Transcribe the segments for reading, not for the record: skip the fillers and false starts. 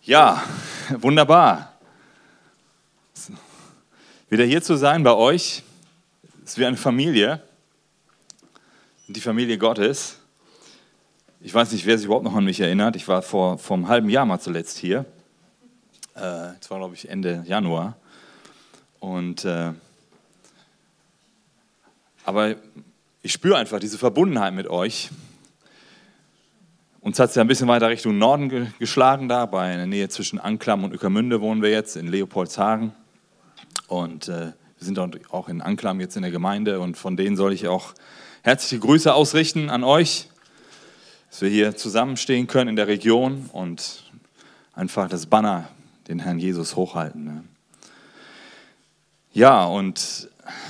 Ja, wunderbar. Wieder hier zu sein bei euch, ist wie eine Familie, die Familie Gottes. Ich weiß nicht, wer sich überhaupt noch an mich erinnert. Ich war vor einem halben Jahr mal zuletzt hier. Das war, glaube ich, Ende Januar. Aber ich spüre einfach diese Verbundenheit mit euch. Uns hat es ja ein bisschen weiter Richtung Norden geschlagen, da in der Nähe zwischen Anklam und Ueckermünde wohnen wir jetzt, in Leopoldshagen. Und wir sind auch in Anklam jetzt in der Gemeinde und von denen soll ich auch herzliche Grüße ausrichten an euch, dass wir hier zusammenstehen können in der Region und einfach das Banner, den Herrn Jesus, hochhalten. Ne? Ja, und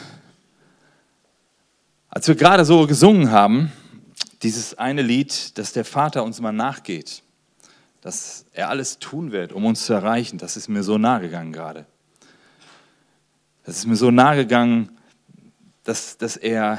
als wir gerade so gesungen haben, dieses eine Lied, dass der Vater uns mal nachgeht, dass er alles tun wird, um uns zu erreichen, das ist mir so nahe gegangen gerade. Das ist mir so nahe gegangen, dass er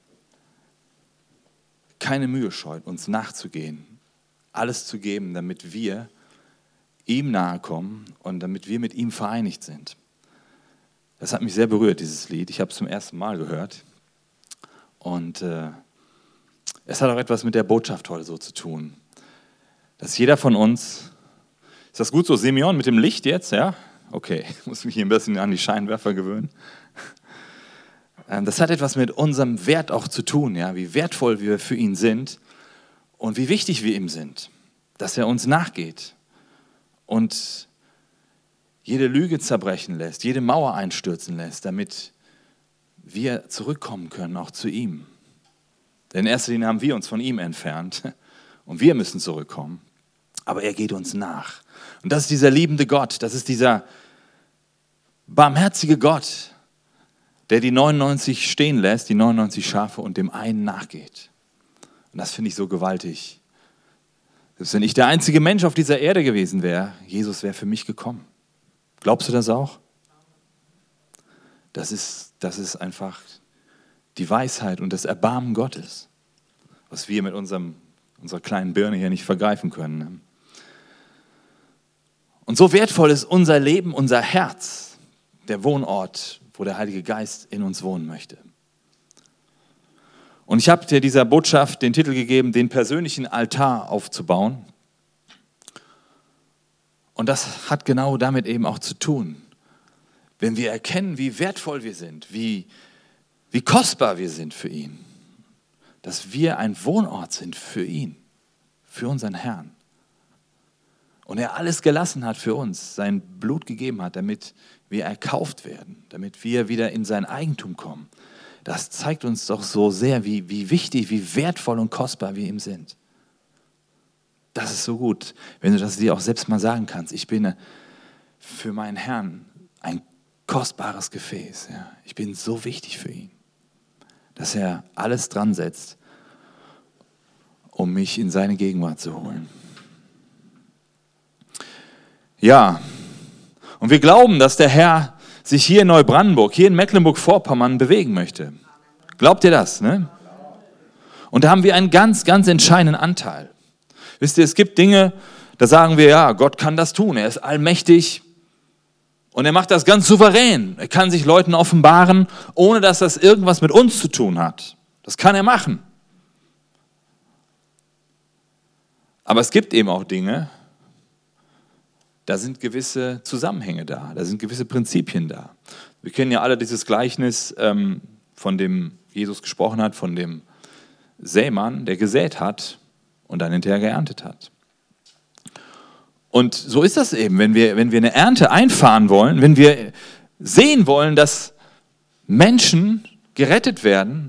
keine Mühe scheut, uns nachzugehen, alles zu geben, damit wir ihm nahe kommen und damit wir mit ihm vereinigt sind. Das hat mich sehr berührt, dieses Lied. Ich habe es zum ersten Mal gehört. Und es hat auch etwas mit der Botschaft heute so zu tun. Dass jeder von uns, ist das gut so, Simeon, mit dem Licht jetzt, ja? Okay, ich muss mich hier ein bisschen an die Scheinwerfer gewöhnen. Das hat etwas mit unserem Wert auch zu tun, ja? Wie wertvoll wir für ihn sind und wie wichtig wir ihm sind. Dass er uns nachgeht und jede Lüge zerbrechen lässt, jede Mauer einstürzen lässt, damit wir zurückkommen können, auch zu ihm. Denn in erster Linie haben wir uns von ihm entfernt und wir müssen zurückkommen. Aber er geht uns nach. Und das ist dieser liebende Gott, das ist dieser barmherzige Gott, der die 99 stehen lässt, die 99 Schafe und dem einen nachgeht. Und das finde ich so gewaltig. Selbst wenn ich der einzige Mensch auf dieser Erde gewesen wäre, Jesus wäre für mich gekommen. Glaubst du das auch? Das ist einfach die Weisheit und das Erbarmen Gottes, was wir mit unserer kleinen Birne hier nicht vergreifen können. Und so wertvoll ist unser Leben, unser Herz, der Wohnort, wo der Heilige Geist in uns wohnen möchte. Und ich habe dir dieser Botschaft den Titel gegeben, den persönlichen Altar aufzubauen. Und das hat genau damit eben auch zu tun. Wenn wir erkennen, wie wertvoll wir sind, wie kostbar wir sind für ihn, dass wir ein Wohnort sind für ihn, für unseren Herrn. Und er alles gelassen hat für uns, sein Blut gegeben hat, damit wir erkauft werden, damit wir wieder in sein Eigentum kommen. Das zeigt uns doch so sehr, wie wichtig, wie wertvoll und kostbar wir ihm sind. Das ist so gut, wenn du das dir auch selbst mal sagen kannst. Ich bin für meinen Herrn ein kostbares Gefäß. Ja. Ich bin so wichtig für ihn, dass er alles dran setzt, um mich in seine Gegenwart zu holen. Ja, und wir glauben, dass der Herr sich hier in Neubrandenburg, hier in Mecklenburg-Vorpommern bewegen möchte. Glaubt ihr das? Ne? Und da haben wir einen ganz, ganz entscheidenden Anteil. Wisst ihr, es gibt Dinge, da sagen wir, ja, Gott kann das tun, er ist allmächtig. Und er macht das ganz souverän. Er kann sich Leuten offenbaren, ohne dass das irgendwas mit uns zu tun hat. Das kann er machen. Aber es gibt eben auch Dinge, da sind gewisse Zusammenhänge da, da sind gewisse Prinzipien da. Wir kennen ja alle dieses Gleichnis, von dem Jesus gesprochen hat, von dem Sämann, der gesät hat und dann hinterher geerntet hat. Und so ist das eben, wenn wir eine Ernte einfahren wollen, wenn wir sehen wollen, dass Menschen gerettet werden,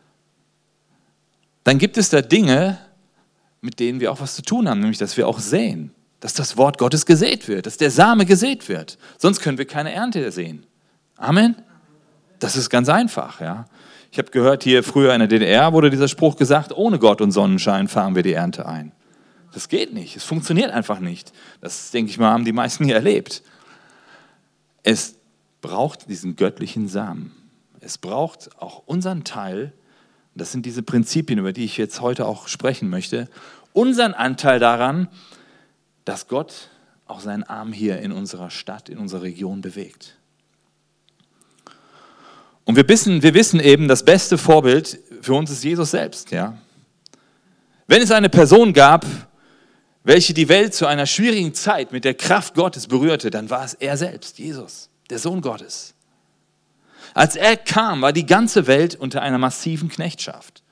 dann gibt es da Dinge, mit denen wir auch was zu tun haben, nämlich dass wir auch säen, dass das Wort Gottes gesät wird, dass der Same gesät wird. Sonst können wir keine Ernte sehen. Amen? Das ist ganz einfach. Ja. Ich habe gehört, hier früher in der DDR wurde dieser Spruch gesagt, ohne Gott und Sonnenschein fahren wir die Ernte ein. Das geht nicht, es funktioniert einfach nicht. Das, denke ich mal, haben die meisten hier erlebt. Es braucht diesen göttlichen Samen. Es braucht auch unseren Teil, das sind diese Prinzipien, über die ich jetzt heute auch sprechen möchte, unseren Anteil daran, dass Gott auch seinen Arm hier in unserer Stadt, in unserer Region bewegt. Und wir wissen eben, das beste Vorbild für uns ist Jesus selbst. Ja? Wenn es eine Person gab, welche die Welt zu einer schwierigen Zeit mit der Kraft Gottes berührte, dann war es er selbst, Jesus, der Sohn Gottes. Als er kam, war die ganze Welt unter einer massiven Knechtschaft.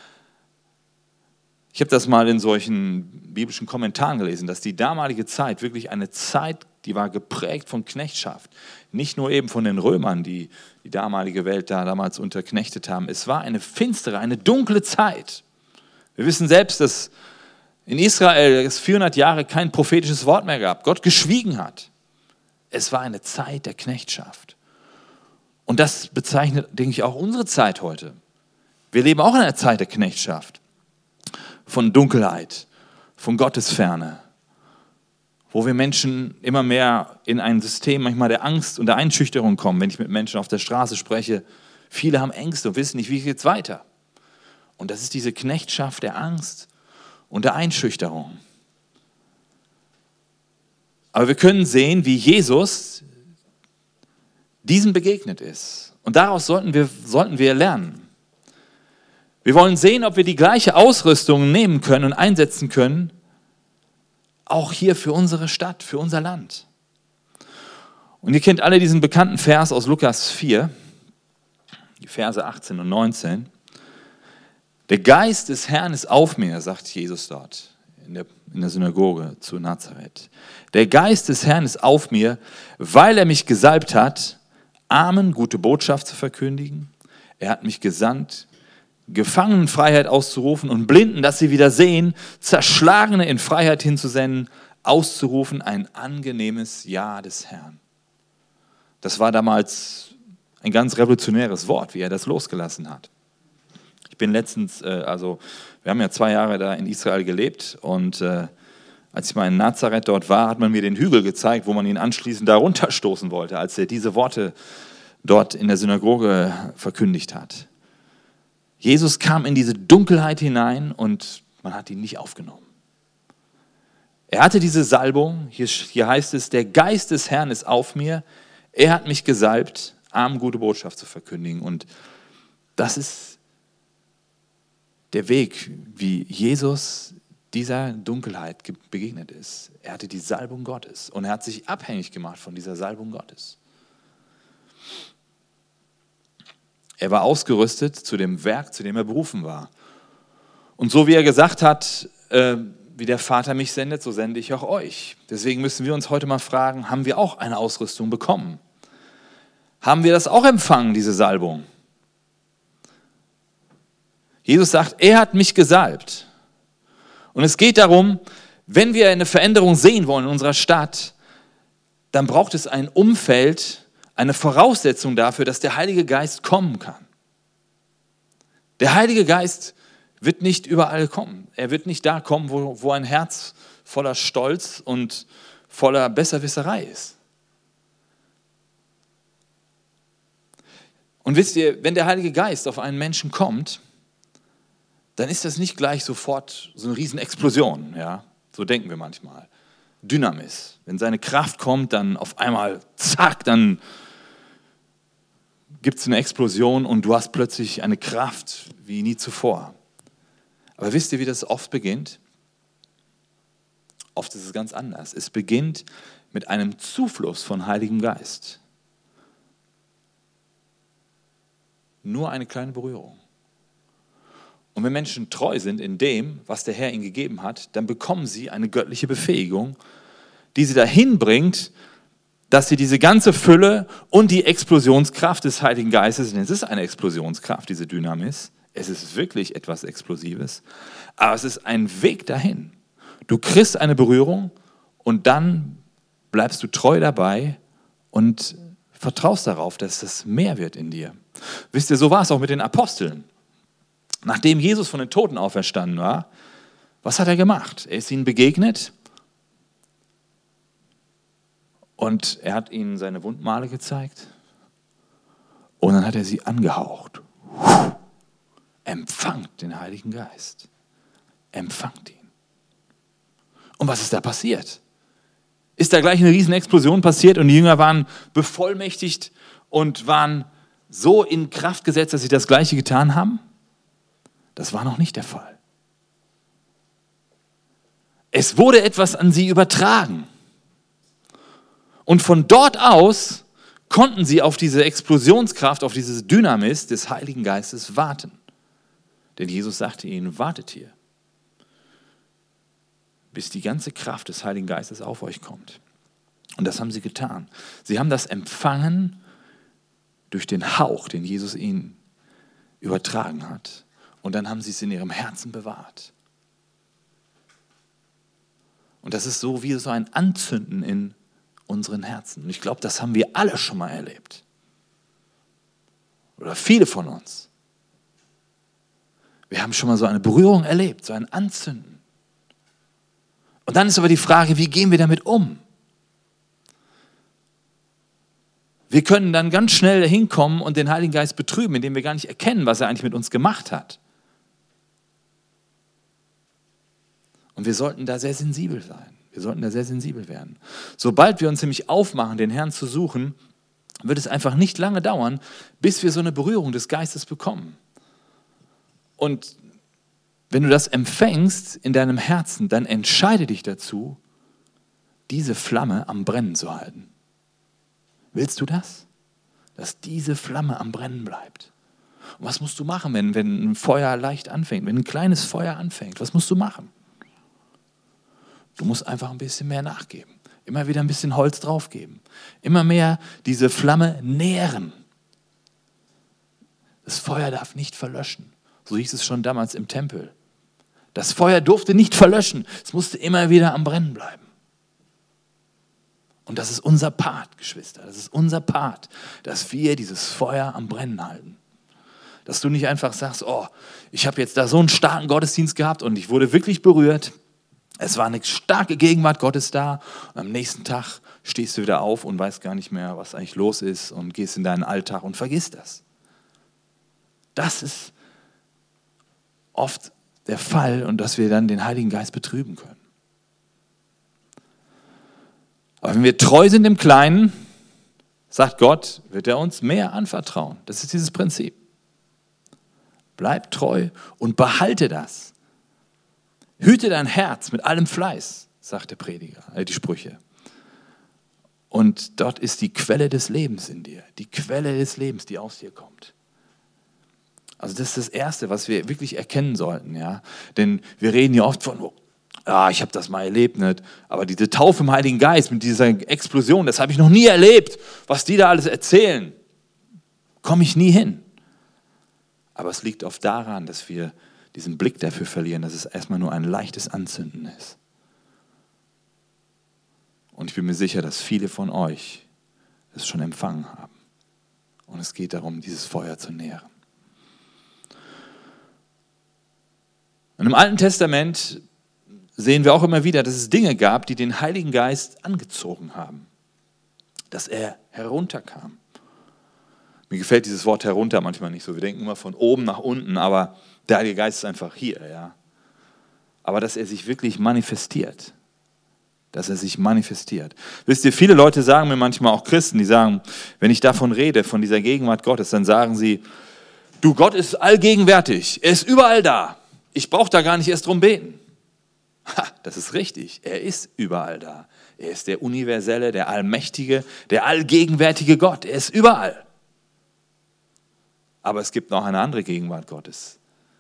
Ich habe das mal in solchen biblischen Kommentaren gelesen, dass die damalige Zeit wirklich eine Zeit, die war geprägt von Knechtschaft. Nicht nur eben von den Römern, die die damalige Welt da damals unterknechtet haben. Es war eine finstere, eine dunkle Zeit. Wir wissen selbst, dass in Israel es 400 Jahre kein prophetisches Wort mehr gab, Gott geschwiegen hat. Es war eine Zeit der Knechtschaft. Und das bezeichnet, denke ich, auch unsere Zeit heute. Wir leben auch in einer Zeit der Knechtschaft, von Dunkelheit, von Gottesferne, wo wir Menschen immer mehr in ein System manchmal der Angst und der Einschüchterung kommen. Wenn ich mit Menschen auf der Straße spreche, viele haben Ängste und wissen nicht, wie geht es weiter. Und das ist diese Knechtschaft der Angst und der Einschüchterung. Aber wir können sehen, wie Jesus diesem begegnet ist. Und daraus sollten wir lernen. Wir wollen sehen, ob wir die gleiche Ausrüstung nehmen können und einsetzen können, auch hier für unsere Stadt, für unser Land. Und ihr kennt alle diesen bekannten Vers aus Lukas 4, die Verse 18 und 19. Der Geist des Herrn ist auf mir, sagt Jesus dort in der Synagoge zu Nazareth. Der Geist des Herrn ist auf mir, weil er mich gesalbt hat, Armen gute Botschaft zu verkündigen. Er hat mich gesandt, Gefangenen Freiheit auszurufen und Blinden, dass sie wieder sehen, Zerschlagene in Freiheit hinzusenden, auszurufen, ein angenehmes Ja des Herrn. Das war damals ein ganz revolutionäres Wort, wie er das losgelassen hat. Ich bin letztens, wir haben ja 2 Jahre da in Israel gelebt und als ich mal in Nazareth dort war, hat man mir den Hügel gezeigt, wo man ihn anschließend da runterstoßen wollte, als er diese Worte dort in der Synagoge verkündigt hat. Jesus kam in diese Dunkelheit hinein und man hat ihn nicht aufgenommen. Er hatte diese Salbung, hier heißt es, der Geist des Herrn ist auf mir, er hat mich gesalbt, Armen gute Botschaft zu verkündigen. Und das ist der Weg, wie Jesus dieser Dunkelheit begegnet ist. Er hatte die Salbung Gottes und er hat sich abhängig gemacht von dieser Salbung Gottes. Er war ausgerüstet zu dem Werk, zu dem er berufen war. Und so wie er gesagt hat, wie der Vater mich sendet, so sende ich auch euch. Deswegen müssen wir uns heute mal fragen, haben wir auch eine Ausrüstung bekommen? Haben wir das auch empfangen, diese Salbung? Jesus sagt, er hat mich gesalbt. Und es geht darum, wenn wir eine Veränderung sehen wollen in unserer Stadt, dann braucht es ein Umfeld, eine Voraussetzung dafür, dass der Heilige Geist kommen kann. Der Heilige Geist wird nicht überall kommen. Er wird nicht da kommen, wo ein Herz voller Stolz und voller Besserwisserei ist. Und wisst ihr, wenn der Heilige Geist auf einen Menschen kommt, dann ist das nicht gleich sofort so eine Riesenexplosion. Ja? So denken wir manchmal. Dynamis. Wenn seine Kraft kommt, dann auf einmal, zack, dann gibt es eine Explosion und du hast plötzlich eine Kraft wie nie zuvor. Aber wisst ihr, wie das oft beginnt? Oft ist es ganz anders. Es beginnt mit einem Zufluss von Heiligem Geist. Nur eine kleine Berührung. Und wenn Menschen treu sind in dem, was der Herr ihnen gegeben hat, dann bekommen sie eine göttliche Befähigung, die sie dahin bringt, dass sie diese ganze Fülle und die Explosionskraft des Heiligen Geistes, denn es ist eine Explosionskraft, diese Dynamis, es ist wirklich etwas Explosives, aber es ist ein Weg dahin. Du kriegst eine Berührung und dann bleibst du treu dabei und vertraust darauf, dass es mehr wird in dir. Wisst ihr, so war es auch mit den Aposteln. Nachdem Jesus von den Toten auferstanden war, was hat er gemacht? Er ist ihnen begegnet und er hat ihnen seine Wundmale gezeigt und dann hat er sie angehaucht. Empfangt den Heiligen Geist. Empfangt ihn. Und was ist da passiert? ist da gleich eine riesen Explosion passiert und die Jünger waren bevollmächtigt und waren so in Kraft gesetzt, dass sie das Gleiche getan haben? Das war noch nicht der Fall. Es wurde etwas an sie übertragen. Und von dort aus konnten sie auf diese Explosionskraft, auf dieses Dynamis des Heiligen Geistes warten. Denn Jesus sagte ihnen, wartet hier, bis die ganze Kraft des Heiligen Geistes auf euch kommt. Und das haben sie getan. Sie haben das empfangen durch den Hauch, den Jesus ihnen übertragen hat. Und dann haben sie es in ihrem Herzen bewahrt. Und das ist so wie so ein Anzünden in unseren Herzen. Und ich glaube, das haben wir alle schon mal erlebt. Oder viele von uns. Wir haben schon mal so eine Berührung erlebt, so ein Anzünden. Und dann ist aber die Frage, wie gehen wir damit um? Wir können dann ganz schnell dahin kommen und den Heiligen Geist betrüben, indem wir gar nicht erkennen, was er eigentlich mit uns gemacht hat. Und wir sollten da sehr sensibel sein. Wir sollten da sehr sensibel werden. Sobald wir uns nämlich aufmachen, den Herrn zu suchen, wird es einfach nicht lange dauern, bis wir so eine Berührung des Geistes bekommen. Und wenn du das empfängst in deinem Herzen, dann entscheide dich dazu, diese Flamme am Brennen zu halten. Willst du das? Dass diese Flamme am Brennen bleibt. Und was musst du machen, wenn ein Feuer leicht anfängt, wenn ein kleines Feuer anfängt? Was musst du machen? Du musst einfach ein bisschen mehr nachgeben. Immer wieder ein bisschen Holz draufgeben. Immer mehr diese Flamme nähren. Das Feuer darf nicht verlöschen. So hieß es schon damals im Tempel. Das Feuer durfte nicht verlöschen. Es musste immer wieder am Brennen bleiben. Und das ist unser Part, Geschwister. Das ist unser Part, dass wir dieses Feuer am Brennen halten. Dass du nicht einfach sagst, oh, ich habe jetzt da so einen starken Gottesdienst gehabt und ich wurde wirklich berührt. Es war eine starke Gegenwart Gottes da. Und am nächsten Tag stehst du wieder auf und weißt gar nicht mehr, was eigentlich los ist und gehst in deinen Alltag und vergisst das. Das ist oft der Fall und dass wir dann den Heiligen Geist betrüben können. Aber wenn wir treu sind im Kleinen, sagt Gott, wird er uns mehr anvertrauen. Das ist dieses Prinzip. Bleib treu und behalte das. Hüte dein Herz mit allem Fleiß, sagt der Prediger, die Sprüche. Und dort ist die Quelle des Lebens in dir, die Quelle des Lebens, die aus dir kommt. Also das ist das Erste, was wir wirklich erkennen sollten, ja. Denn wir reden ja oft von, ich habe das mal erlebt, nicht? Aber diese Taufe im Heiligen Geist mit dieser Explosion, das habe ich noch nie erlebt. Was die da alles erzählen, komme ich nie hin. Aber es liegt oft daran, dass wir diesen Blick dafür verlieren, dass es erstmal nur ein leichtes Anzünden ist. Und ich bin mir sicher, dass viele von euch es schon empfangen haben. Und es geht darum, dieses Feuer zu nähren. Und im Alten Testament sehen wir auch immer wieder, dass es Dinge gab, die den Heiligen Geist angezogen haben. Dass er herunterkam. Mir gefällt dieses Wort herunter manchmal nicht so. Wir denken immer von oben nach unten, aber der Heilige Geist ist einfach hier. Ja. Aber dass er sich wirklich manifestiert. Dass er sich manifestiert. Wisst ihr, viele Leute sagen mir manchmal, auch Christen, die sagen, wenn ich davon rede, von dieser Gegenwart Gottes, dann sagen sie, du, Gott ist allgegenwärtig, er ist überall da. Ich brauche da gar nicht erst drum beten. Das ist richtig, er ist überall da. Er ist der universelle, der allmächtige, der allgegenwärtige Gott. Er ist überall. Aber es gibt noch eine andere Gegenwart Gottes.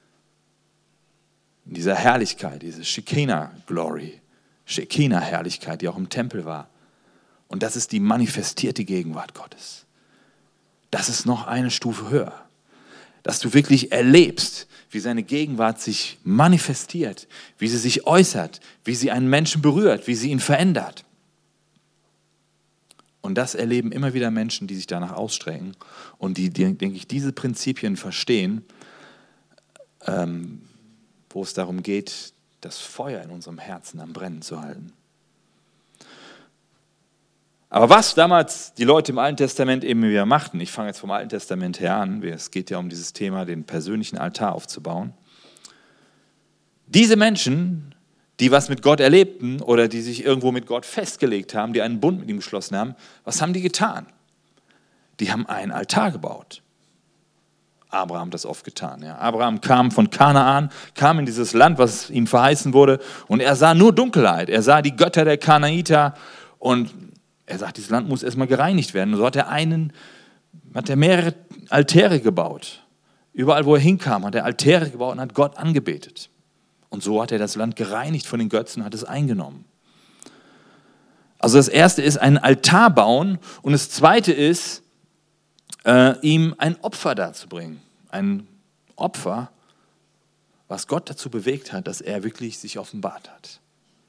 In dieser Herrlichkeit, diese Shekinah-Glory, Shekinah-Herrlichkeit, die auch im Tempel war. Und das ist die manifestierte Gegenwart Gottes. Das ist noch eine Stufe höher. Dass du wirklich erlebst, wie seine Gegenwart sich manifestiert, wie sie sich äußert, wie sie einen Menschen berührt, wie sie ihn verändert. Und das erleben immer wieder Menschen, die sich danach ausstrecken und die, denke ich, diese Prinzipien verstehen, wo es darum geht, das Feuer in unserem Herzen am Brennen zu halten. Aber was damals die Leute im Alten Testament eben wieder machten, ich fange jetzt vom Alten Testament her an, es geht ja um dieses Thema, den persönlichen Altar aufzubauen. Diese Menschen, die was mit Gott erlebten oder die sich irgendwo mit Gott festgelegt haben, die einen Bund mit ihm geschlossen haben, was haben die getan? Die haben einen Altar gebaut. Abraham hat das oft getan. Ja. Abraham kam von Kanaan, kam in dieses Land, was ihm verheißen wurde, und er sah nur Dunkelheit. Er sah die Götter der Kanaiter und er sagt, dieses Land muss erstmal gereinigt werden. Und so hat er mehrere Altäre gebaut. Überall, wo er hinkam, hat er Altäre gebaut und hat Gott angebetet. Und so hat er das Land gereinigt von den Götzen, hat es eingenommen. Also das erste ist einen Altar bauen und das zweite ist, ihm ein Opfer darzubringen. Ein Opfer, was Gott dazu bewegt hat, dass er wirklich sich offenbart hat.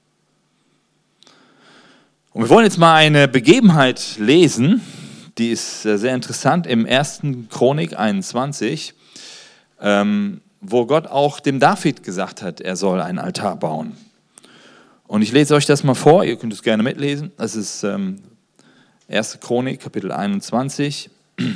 Und wir wollen jetzt mal eine Begebenheit lesen, die ist sehr interessant, im 1. Chronik 21, wo Gott auch dem David gesagt hat, er soll einen Altar bauen. Und ich lese euch das mal vor, ihr könnt es gerne mitlesen. Das ist 1. Chronik, Kapitel 21.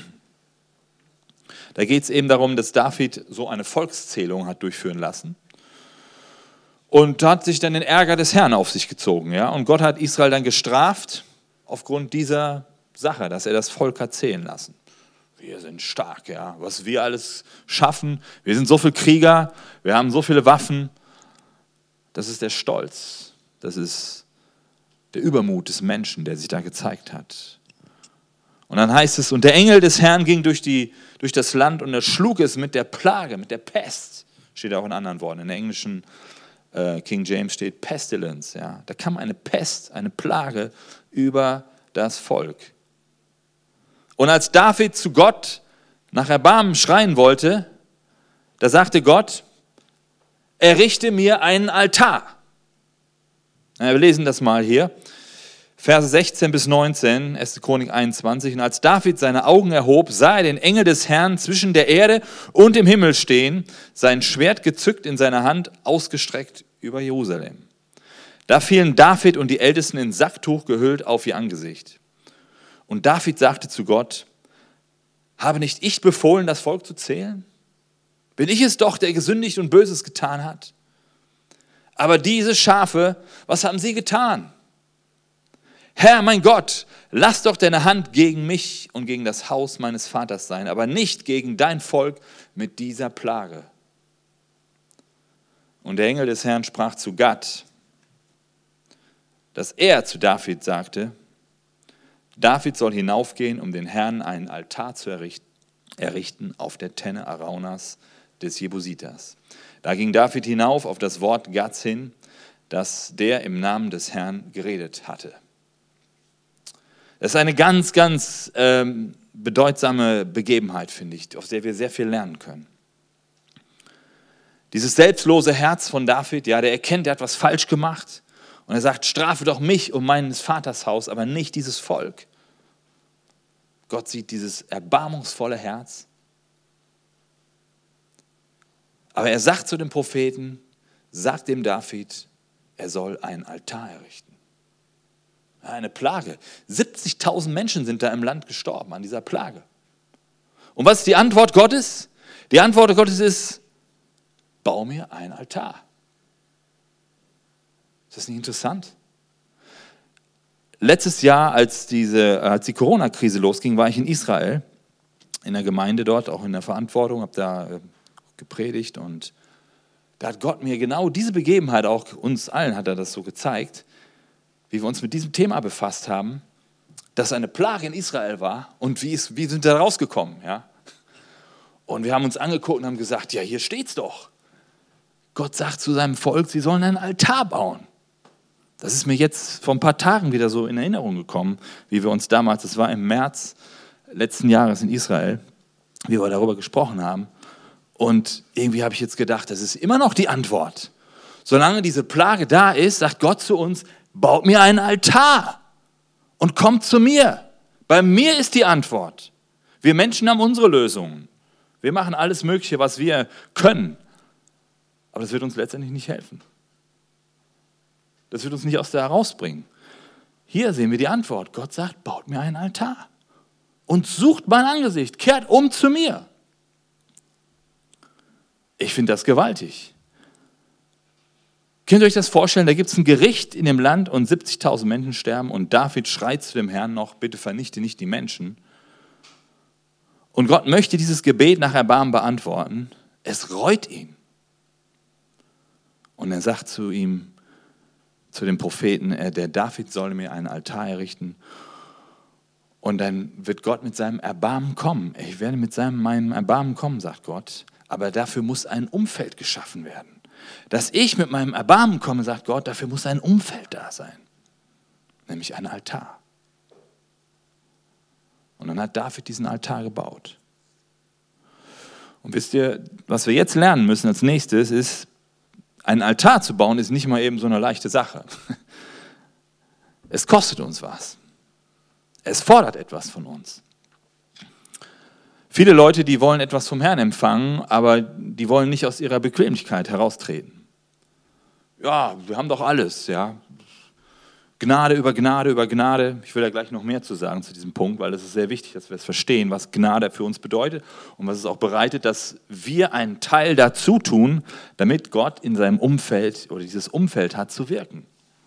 Da geht es eben darum, dass David so eine Volkszählung hat durchführen lassen. Und da hat sich dann den Ärger des Herrn auf sich gezogen. Ja? Und Gott hat Israel dann gestraft aufgrund dieser Sache, dass er das Volk hat zählen lassen. Wir sind stark, ja, was wir alles schaffen. Wir sind so viele Krieger, wir haben so viele Waffen. Das ist der Stolz, das ist der Übermut des Menschen, der sich da gezeigt hat. Und dann heißt es, und der Engel des Herrn ging durch das Land und er schlug es mit der Plage, mit der Pest. Steht auch in anderen Worten. In der englischen King James steht Pestilence. Ja. Da kam eine Pest, eine Plage über das Volk. Und als David zu Gott nach Erbarmen schreien wollte, da sagte Gott, errichte mir einen Altar. Ja, wir lesen das mal hier. Verse 16 bis 19, 1. Chronik 21. Und als David seine Augen erhob, sah er den Engel des Herrn zwischen der Erde und dem Himmel stehen, sein Schwert gezückt in seiner Hand, ausgestreckt über Jerusalem. Da fielen David und die Ältesten in Sacktuch gehüllt auf ihr Angesicht. Und David sagte zu Gott, habe nicht ich befohlen, das Volk zu zählen? Bin ich es doch, der gesündigt und Böses getan hat? Aber diese Schafe, was haben sie getan? Herr, mein Gott, lass doch deine Hand gegen mich und gegen das Haus meines Vaters sein, aber nicht gegen dein Volk mit dieser Plage. Und der Engel des Herrn sprach zu Gad, dass er zu David sagte, David soll hinaufgehen, um den Herrn einen Altar zu errichten auf der Tenne Araunas des Jebusiters. Da ging David hinauf auf das Wort Gads hin, das der im Namen des Herrn geredet hatte. Das ist eine ganz, ganz bedeutsame Begebenheit, finde ich, aus der wir sehr viel lernen können. Dieses selbstlose Herz von David, ja, der erkennt, er hat was falsch gemacht. Und er sagt, strafe doch mich um meines Vaters Haus, aber nicht dieses Volk. Gott sieht dieses erbarmungsvolle Herz. Aber er sagt zu dem Propheten, sagt dem David, er soll einen Altar errichten. Eine Plage. 70.000 Menschen sind da im Land gestorben an dieser Plage. Und was ist die Antwort Gottes? Die Antwort Gottes ist, bau mir einen Altar. Ist das nicht interessant? Letztes Jahr, als die Corona-Krise losging, war ich in Israel, in der Gemeinde dort, auch in der Verantwortung, habe da gepredigt und da hat Gott mir genau diese Begebenheit, auch uns allen hat er das so gezeigt, wie wir uns mit diesem Thema befasst haben, dass eine Plage in Israel war und wie sind wir da rausgekommen. Ja? Und wir haben uns angeguckt und haben gesagt, ja, hier steht's doch. Gott sagt zu seinem Volk, sie sollen einen Altar bauen. Das ist mir jetzt vor ein paar Tagen wieder so in Erinnerung gekommen, wie wir uns damals, das war im März letzten Jahres in Israel, wie wir darüber gesprochen haben. Und irgendwie habe ich jetzt gedacht, das ist immer noch die Antwort. Solange diese Plage da ist, sagt Gott zu uns, baut mir einen Altar und kommt zu mir. Bei mir ist die Antwort. Wir Menschen haben unsere Lösungen. Wir machen alles Mögliche, was wir können. Aber das wird uns letztendlich nicht helfen. Das wird uns nicht aus der herausbringen. Hier sehen wir die Antwort. Gott sagt, baut mir einen Altar und sucht mein Angesicht, kehrt um zu mir. Ich finde das gewaltig. Könnt ihr euch das vorstellen? Da gibt es ein Gericht in dem Land und 70.000 Menschen sterben und David schreit zu dem Herrn noch, bitte vernichte nicht die Menschen. Und Gott möchte dieses Gebet nach Erbarmen beantworten. Es reut ihn. Und er sagt zu ihm, zu dem Propheten, der David soll mir einen Altar errichten. Und dann wird Gott mit seinem Erbarmen kommen. Ich werde mit meinem Erbarmen kommen, sagt Gott. Aber dafür muss ein Umfeld geschaffen werden. Dass ich mit meinem Erbarmen komme, sagt Gott, dafür muss ein Umfeld da sein. Nämlich ein Altar. Und dann hat David diesen Altar gebaut. Und wisst ihr, was wir jetzt lernen müssen als nächstes ist, einen Altar zu bauen, ist nicht mal eben so eine leichte Sache. Es kostet uns was. Es fordert etwas von uns. Viele Leute, die wollen etwas vom Herrn empfangen, aber die wollen nicht aus ihrer Bequemlichkeit heraustreten. Ja, wir haben doch alles, ja. Gnade über Gnade über Gnade. Ich will da gleich noch mehr zu sagen zu diesem Punkt, weil es ist sehr wichtig, dass wir es verstehen, was Gnade für uns bedeutet und was es auch bereitet, dass wir einen Teil dazu tun, damit Gott in seinem Umfeld oder dieses Umfeld hat zu wirken.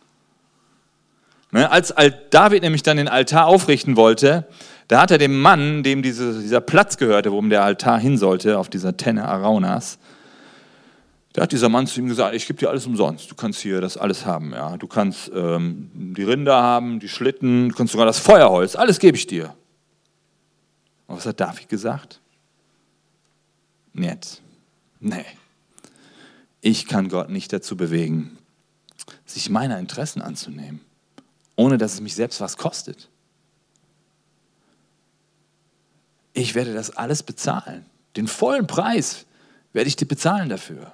Als David nämlich dann den Altar aufrichten wollte, da hat er dem Mann, dem dieser Platz gehörte, wo der Altar hin sollte, auf dieser Tenne Araunas, da hat dieser Mann zu ihm gesagt, ich gebe dir alles umsonst, du kannst hier das alles haben. Ja? Du kannst die Rinder haben, die Schlitten, du kannst sogar das Feuerholz, alles gebe ich dir. Und was hat David gesagt? Nicht. Nee. Ich kann Gott nicht dazu bewegen, sich meiner Interessen anzunehmen, ohne dass es mich selbst was kostet. Ich werde das alles bezahlen. Den vollen Preis werde ich dir bezahlen dafür.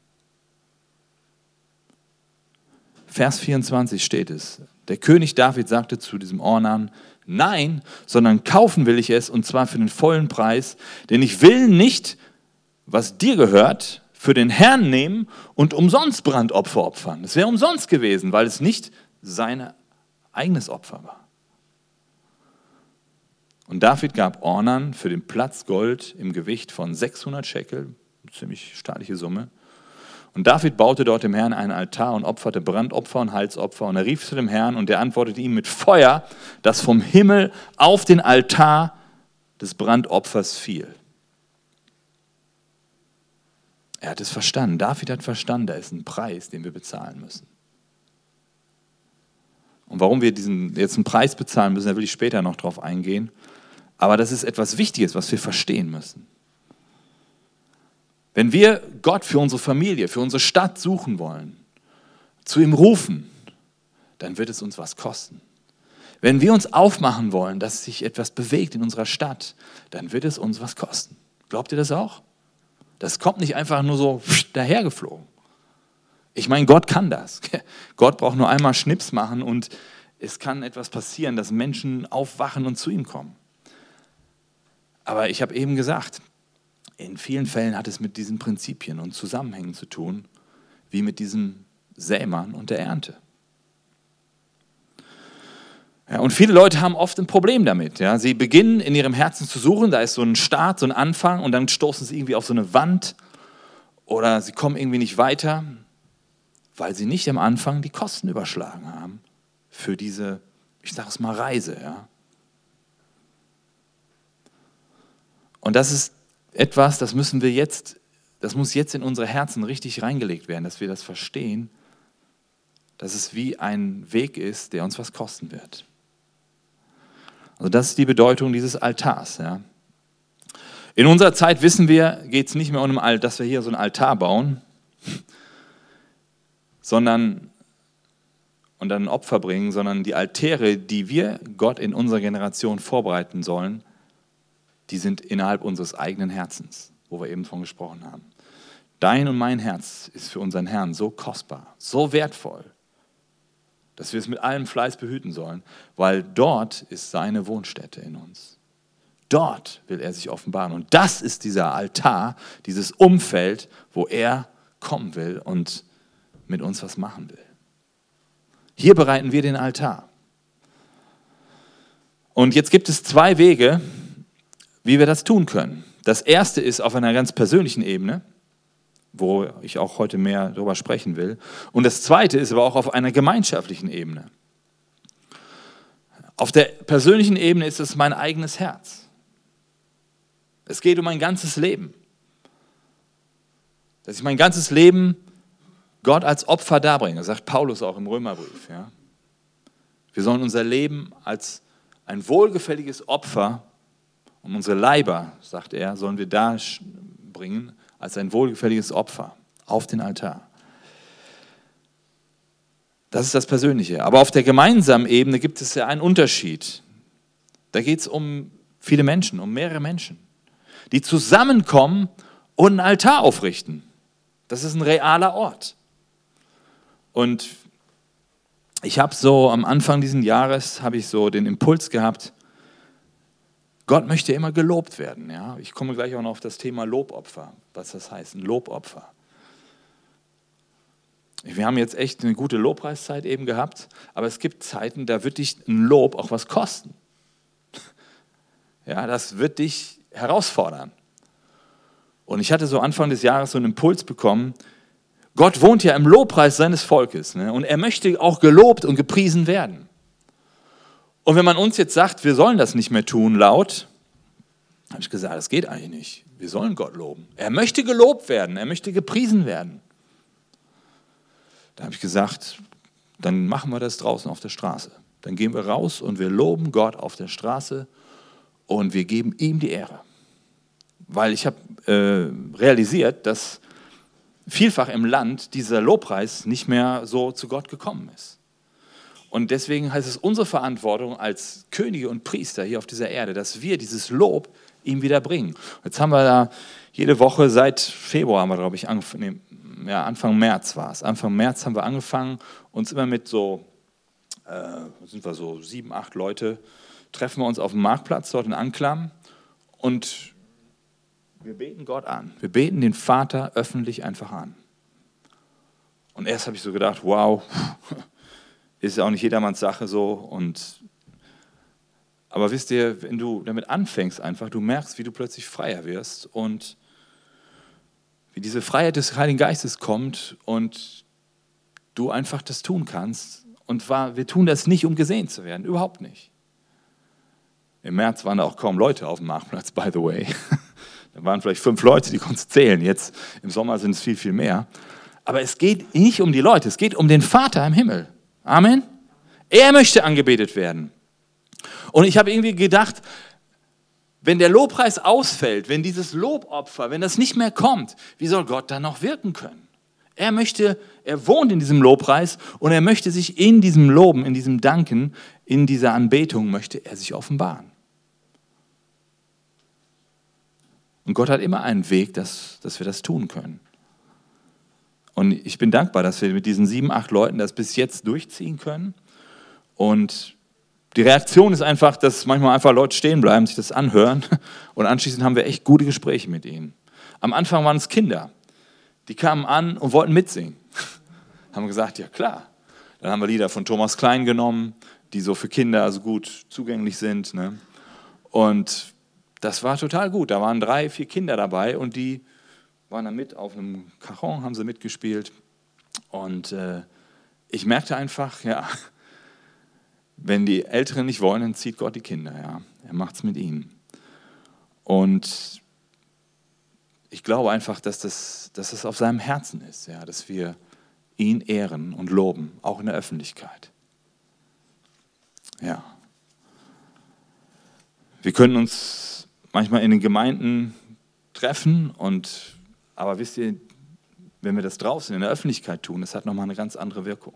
Vers 24 steht es. Der König David sagte zu diesem Ornan, nein, sondern kaufen will ich es und zwar für den vollen Preis, denn ich will nicht, was dir gehört, für den Herrn nehmen und umsonst Brandopfer opfern. Das wäre umsonst gewesen, weil es nicht sein eigenes Opfer war. Und David gab Ornan für den Platz Gold im Gewicht von 600 Schekel, eine ziemlich staatliche Summe. Und David baute dort dem Herrn einen Altar und opferte Brandopfer und Heilsopfer. Und er rief zu dem Herrn und der antwortete ihm mit Feuer, das vom Himmel auf den Altar des Brandopfers fiel. Er hat es verstanden. David hat verstanden, da ist ein Preis, den wir bezahlen müssen. Und warum wir jetzt einen Preis bezahlen müssen, da will ich später noch drauf eingehen. Aber das ist etwas Wichtiges, was wir verstehen müssen. Wenn wir Gott für unsere Familie, für unsere Stadt suchen wollen, zu ihm rufen, dann wird es uns was kosten. Wenn wir uns aufmachen wollen, dass sich etwas bewegt in unserer Stadt, dann wird es uns was kosten. Glaubt ihr das auch? Das kommt nicht einfach nur so dahergeflogen. Ich meine, Gott kann das. Gott braucht nur einmal Schnips machen und es kann etwas passieren, dass Menschen aufwachen und zu ihm kommen. Aber ich habe eben gesagt, in vielen Fällen hat es mit diesen Prinzipien und Zusammenhängen zu tun, wie mit diesem Sämann und der Ernte. Ja, und viele Leute haben oft ein Problem damit. Ja. Sie beginnen in ihrem Herzen zu suchen, da ist so ein Start, so ein Anfang und dann stoßen sie irgendwie auf so eine Wand oder sie kommen irgendwie nicht weiter, weil sie nicht am Anfang die Kosten überschlagen haben für diese, ich sage es mal, Reise. Ja. Und das ist etwas, das muss jetzt in unsere Herzen richtig reingelegt werden, dass wir das verstehen, dass es wie ein Weg ist, der uns was kosten wird. Also das ist die Bedeutung dieses Altars. Ja. In unserer Zeit wissen wir, geht es nicht mehr um, dass wir hier so einen Altar bauen, sondern und dann ein Opfer bringen, sondern die Altäre, die wir Gott in unserer Generation vorbereiten sollen, die sind innerhalb unseres eigenen Herzens, wo wir eben von gesprochen haben. Dein und mein Herz ist für unseren Herrn so kostbar, so wertvoll, dass wir es mit allem Fleiß behüten sollen, weil dort ist seine Wohnstätte in uns. Dort will er sich offenbaren. Und das ist dieser Altar, dieses Umfeld, wo er kommen will und mit uns was machen will. Hier bereiten wir den Altar. Und jetzt gibt es 2 Wege, wie wir das tun können. Das erste ist auf einer ganz persönlichen Ebene. wo ich auch heute mehr darüber sprechen will. Und das Zweite ist aber auch auf einer gemeinschaftlichen Ebene. Auf der persönlichen Ebene ist es mein eigenes Herz. Es geht um mein ganzes Leben. Dass ich mein ganzes Leben Gott als Opfer darbringe, sagt Paulus auch im Römerbrief. Ja. Wir sollen unser Leben als ein wohlgefälliges Opfer und unsere Leiber, sagt er, sollen wir darbringen als ein wohlgefälliges Opfer auf den Altar. Das ist das Persönliche. Aber auf der gemeinsamen Ebene gibt es ja einen Unterschied. Da geht es um viele Menschen, um mehrere Menschen, die zusammenkommen und einen Altar aufrichten. Das ist ein realer Ort. Und ich habe so am Anfang dieses Jahres so den Impuls gehabt, Gott möchte immer gelobt werden. Ja? Ich komme gleich auch noch auf das Thema Lobopfer, was das heißt, ein Lobopfer. Wir haben jetzt echt eine gute Lobpreiszeit eben gehabt, aber es gibt Zeiten, da wird dich ein Lob auch was kosten. Ja, das wird dich herausfordern. Und ich hatte so Anfang des Jahres so einen Impuls bekommen, Gott wohnt ja im Lobpreis seines Volkes, ne? Und er möchte auch gelobt und gepriesen werden. Und wenn man uns jetzt sagt, wir sollen das nicht mehr tun, laut, habe ich gesagt, das geht eigentlich nicht. Wir sollen Gott loben. Er möchte gelobt werden, er möchte gepriesen werden. Da habe ich gesagt, dann machen wir das draußen auf der Straße. Dann gehen wir raus und wir loben Gott auf der Straße und wir geben ihm die Ehre. Weil ich habe realisiert, dass vielfach im Land dieser Lobpreis nicht mehr so zu Gott gekommen ist. Und deswegen heißt es unsere Verantwortung als Könige und Priester hier auf dieser Erde, dass wir dieses Lob ihm wieder bringen. Jetzt haben wir da jede Woche seit Februar, haben wir, glaube ich, Anfang März war es. Anfang März haben wir angefangen, uns immer mit sind wir so 7, 8 Leute, treffen wir uns auf dem Marktplatz dort in Anklam und wir beten Gott an. Wir beten den Vater öffentlich einfach an. Und erst habe ich so gedacht, wow, ist ja auch nicht jedermanns Sache so. Aber wisst ihr, wenn du damit anfängst einfach, du merkst, wie du plötzlich freier wirst und wie diese Freiheit des Heiligen Geistes kommt und du einfach das tun kannst. Und wir tun das nicht, um gesehen zu werden, überhaupt nicht. Im März waren da auch kaum Leute auf dem Marktplatz, by the way. Da waren vielleicht 5 Leute, die konntest du zählen. Jetzt im Sommer sind es viel, viel mehr. Aber es geht nicht um die Leute, es geht um den Vater im Himmel. Amen. Er möchte angebetet werden. Und ich habe irgendwie gedacht, wenn der Lobpreis ausfällt, wenn dieses Lobopfer, wenn das nicht mehr kommt, wie soll Gott dann noch wirken können? Er wohnt in diesem Lobpreis und er möchte sich in diesem Loben, in diesem Danken, in dieser Anbetung, möchte er sich offenbaren. Und Gott hat immer einen Weg, dass wir das tun können. Und ich bin dankbar, dass wir mit diesen 7, 8 Leuten das bis jetzt durchziehen können. Und die Reaktion ist einfach, dass manchmal einfach Leute stehen bleiben, sich das anhören. Und anschließend haben wir echt gute Gespräche mit ihnen. Am Anfang waren es Kinder. Die kamen an und wollten mitsingen. Haben gesagt, ja klar. Dann haben wir Lieder von Thomas Klein genommen, die so für Kinder so gut zugänglich sind. Ne? Und das war total gut. Da waren 3, 4 Kinder dabei und die waren da mit auf einem Cajon, haben sie mitgespielt. Und ich merkte einfach, ja, wenn die Älteren nicht wollen, dann zieht Gott die Kinder. Ja. Er macht es mit ihnen. Und ich glaube einfach, dass das auf seinem Herzen ist, ja, dass wir ihn ehren und loben, auch in der Öffentlichkeit. Ja. Wir können uns manchmal in den Gemeinden treffen, aber wisst ihr, wenn wir das draußen in der Öffentlichkeit tun, das hat nochmal eine ganz andere Wirkung.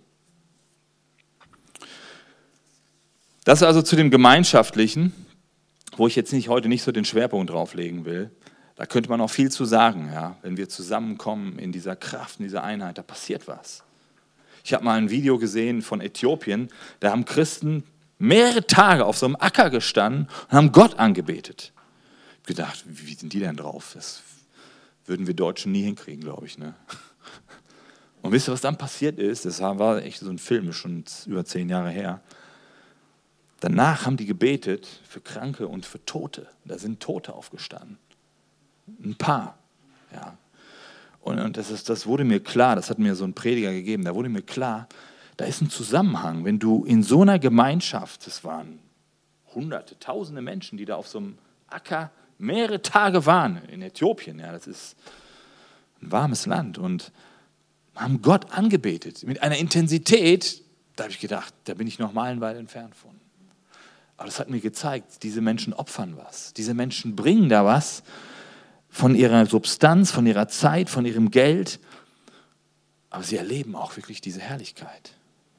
Das also zu dem Gemeinschaftlichen, wo ich jetzt heute nicht so den Schwerpunkt drauflegen will. Da könnte man auch viel zu sagen, ja? Wenn wir zusammenkommen in dieser Kraft, in dieser Einheit, da passiert was. Ich habe mal ein Video gesehen von Äthiopien, da haben Christen mehrere Tage auf so einem Acker gestanden und haben Gott angebetet. Ich habe gedacht, wie sind die denn drauf? Das würden wir Deutschen nie hinkriegen, glaube ich. Ne? Und wisst ihr, was dann passiert ist? Das war echt so ein Film, schon über 10 Jahre her. Danach haben die gebetet für Kranke und für Tote. Da sind Tote aufgestanden. Ein paar. Ja. Und das wurde mir klar, das hat mir so ein Prediger gegeben, da wurde mir klar, da ist ein Zusammenhang. Wenn du in so einer Gemeinschaft, das waren Hunderte, Tausende Menschen, die da auf so einem Acker mehrere Tage waren, in Äthiopien, ja, das ist ein warmes Land, und haben Gott angebetet, mit einer Intensität, da habe ich gedacht, da bin ich noch meilenweit entfernt von. Aber das hat mir gezeigt, diese Menschen opfern was. Diese Menschen bringen da was von ihrer Substanz, von ihrer Zeit, von ihrem Geld. Aber sie erleben auch wirklich diese Herrlichkeit.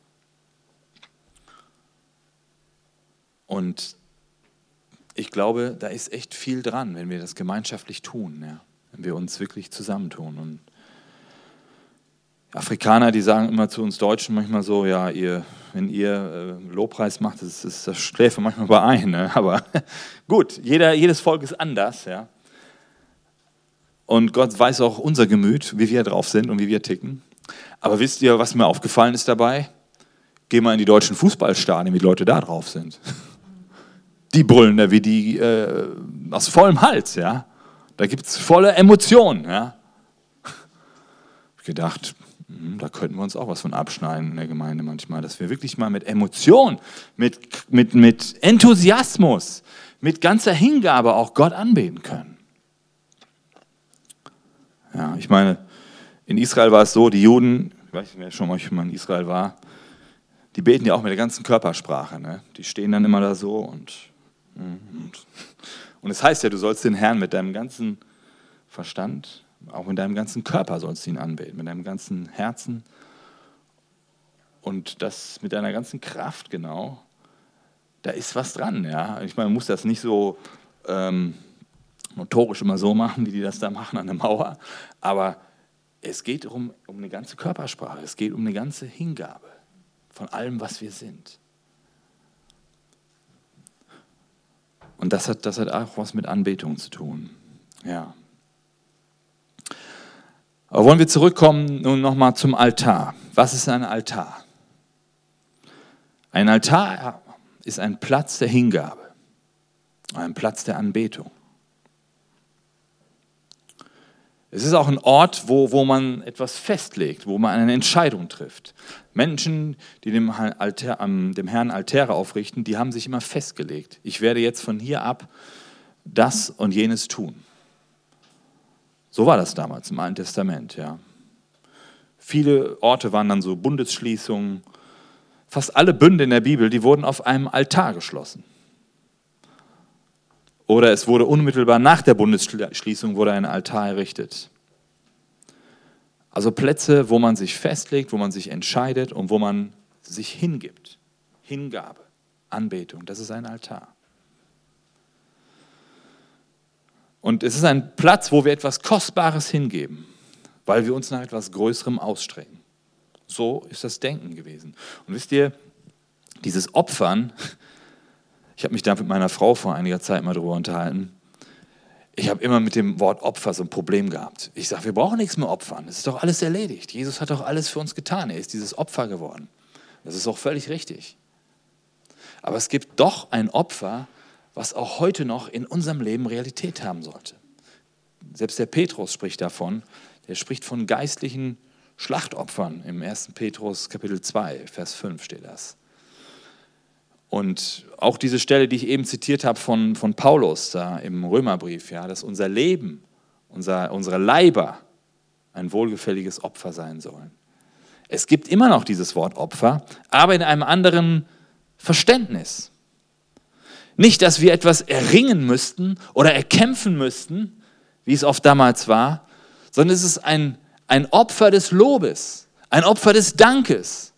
Und ich glaube, da ist echt viel dran, wenn wir das gemeinschaftlich tun, ja? Wenn wir uns wirklich zusammentun. Und Afrikaner, die sagen immer zu uns Deutschen manchmal so, ja, wenn ihr Lobpreis macht, das schläft manchmal bei ein. Ne? Aber gut, jedes Volk ist anders. Ja? Und Gott weiß auch unser Gemüt, wie wir drauf sind und wie wir ticken. Aber wisst ihr, was mir aufgefallen ist dabei? Geh mal in die deutschen Fußballstadien, wie die Leute da drauf sind. Die brüllen da wie die aus vollem Hals. Ja? Da gibt es volle Emotionen. Ja? Ich habe gedacht, da könnten wir uns auch was von abschneiden in der Gemeinde manchmal, dass wir wirklich mal mit Emotion, mit Enthusiasmus, mit ganzer Hingabe auch Gott anbeten können. Ja, ich meine, in Israel war es so, die Juden, ich weiß nicht, wer schon mal in Israel war, die beten ja auch mit der ganzen Körpersprache. Ne? Die stehen dann immer da so und es heißt ja, du sollst den Herrn mit deinem ganzen Verstand, auch mit deinem ganzen Körper sollst du ihn anbeten, mit deinem ganzen Herzen und das mit deiner ganzen Kraft, genau. Da ist was dran, ja. Ich meine, man muss das nicht so motorisch immer so machen, wie die das da machen an der Mauer, aber es geht um eine ganze Körpersprache, es geht um eine ganze Hingabe von allem, was wir sind. Und das hat auch was mit Anbetung zu tun, ja. Aber wollen wir zurückkommen nun nochmal zum Altar. Was ist ein Altar? Ein Altar ist ein Platz der Hingabe, ein Platz der Anbetung. Es ist auch ein Ort, wo man etwas festlegt, wo man eine Entscheidung trifft. Menschen, die dem Herrn Altäre aufrichten, die haben sich immer festgelegt. Ich werde jetzt von hier ab das und jenes tun. So war das damals im Alten Testament, ja. Viele Orte waren dann so Bundesschließungen. Fast alle Bünde in der Bibel, die wurden auf einem Altar geschlossen. Oder es wurde unmittelbar nach der Bundesschließung wurde ein Altar errichtet. Also Plätze, wo man sich festlegt, wo man sich entscheidet und wo man sich hingibt. Hingabe, Anbetung, das ist ein Altar. Und es ist ein Platz, wo wir etwas Kostbares hingeben, weil wir uns nach etwas Größerem ausstrecken. So ist das Denken gewesen. Und wisst ihr, dieses Opfern, ich habe mich da mit meiner Frau vor einiger Zeit mal drüber unterhalten, ich habe immer mit dem Wort Opfer so ein Problem gehabt. Ich sage, wir brauchen nichts mehr opfern, es ist doch alles erledigt. Jesus hat doch alles für uns getan, er ist dieses Opfer geworden. Das ist auch völlig richtig. Aber es gibt doch ein Opfer, was auch heute noch in unserem Leben Realität haben sollte. Selbst der Petrus spricht davon, der spricht von geistlichen Schlachtopfern. Im 1. Petrus Kapitel 2, Vers 5 steht das. Und auch diese Stelle, die ich eben zitiert habe von Paulus da im Römerbrief, ja, dass unser Leben, unsere Leiber ein wohlgefälliges Opfer sein sollen. Es gibt immer noch dieses Wort Opfer, aber in einem anderen Verständnis. Nicht, dass wir etwas erringen müssten oder erkämpfen müssten, wie es oft damals war, sondern es ist ein Opfer des Lobes, ein Opfer des Dankes.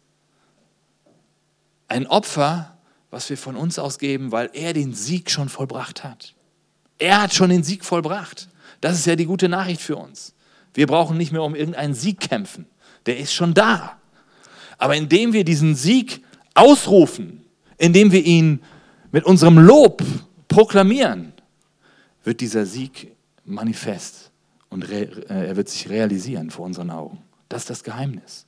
Ein Opfer, was wir von uns aus geben, weil er den Sieg schon vollbracht hat. Er hat schon den Sieg vollbracht. Das ist ja die gute Nachricht für uns. Wir brauchen nicht mehr um irgendeinen Sieg kämpfen. Der ist schon da. Aber indem wir diesen Sieg ausrufen, indem wir ihn mit unserem Lob proklamieren, wird dieser Sieg manifest und er wird sich realisieren vor unseren Augen. Das ist das Geheimnis.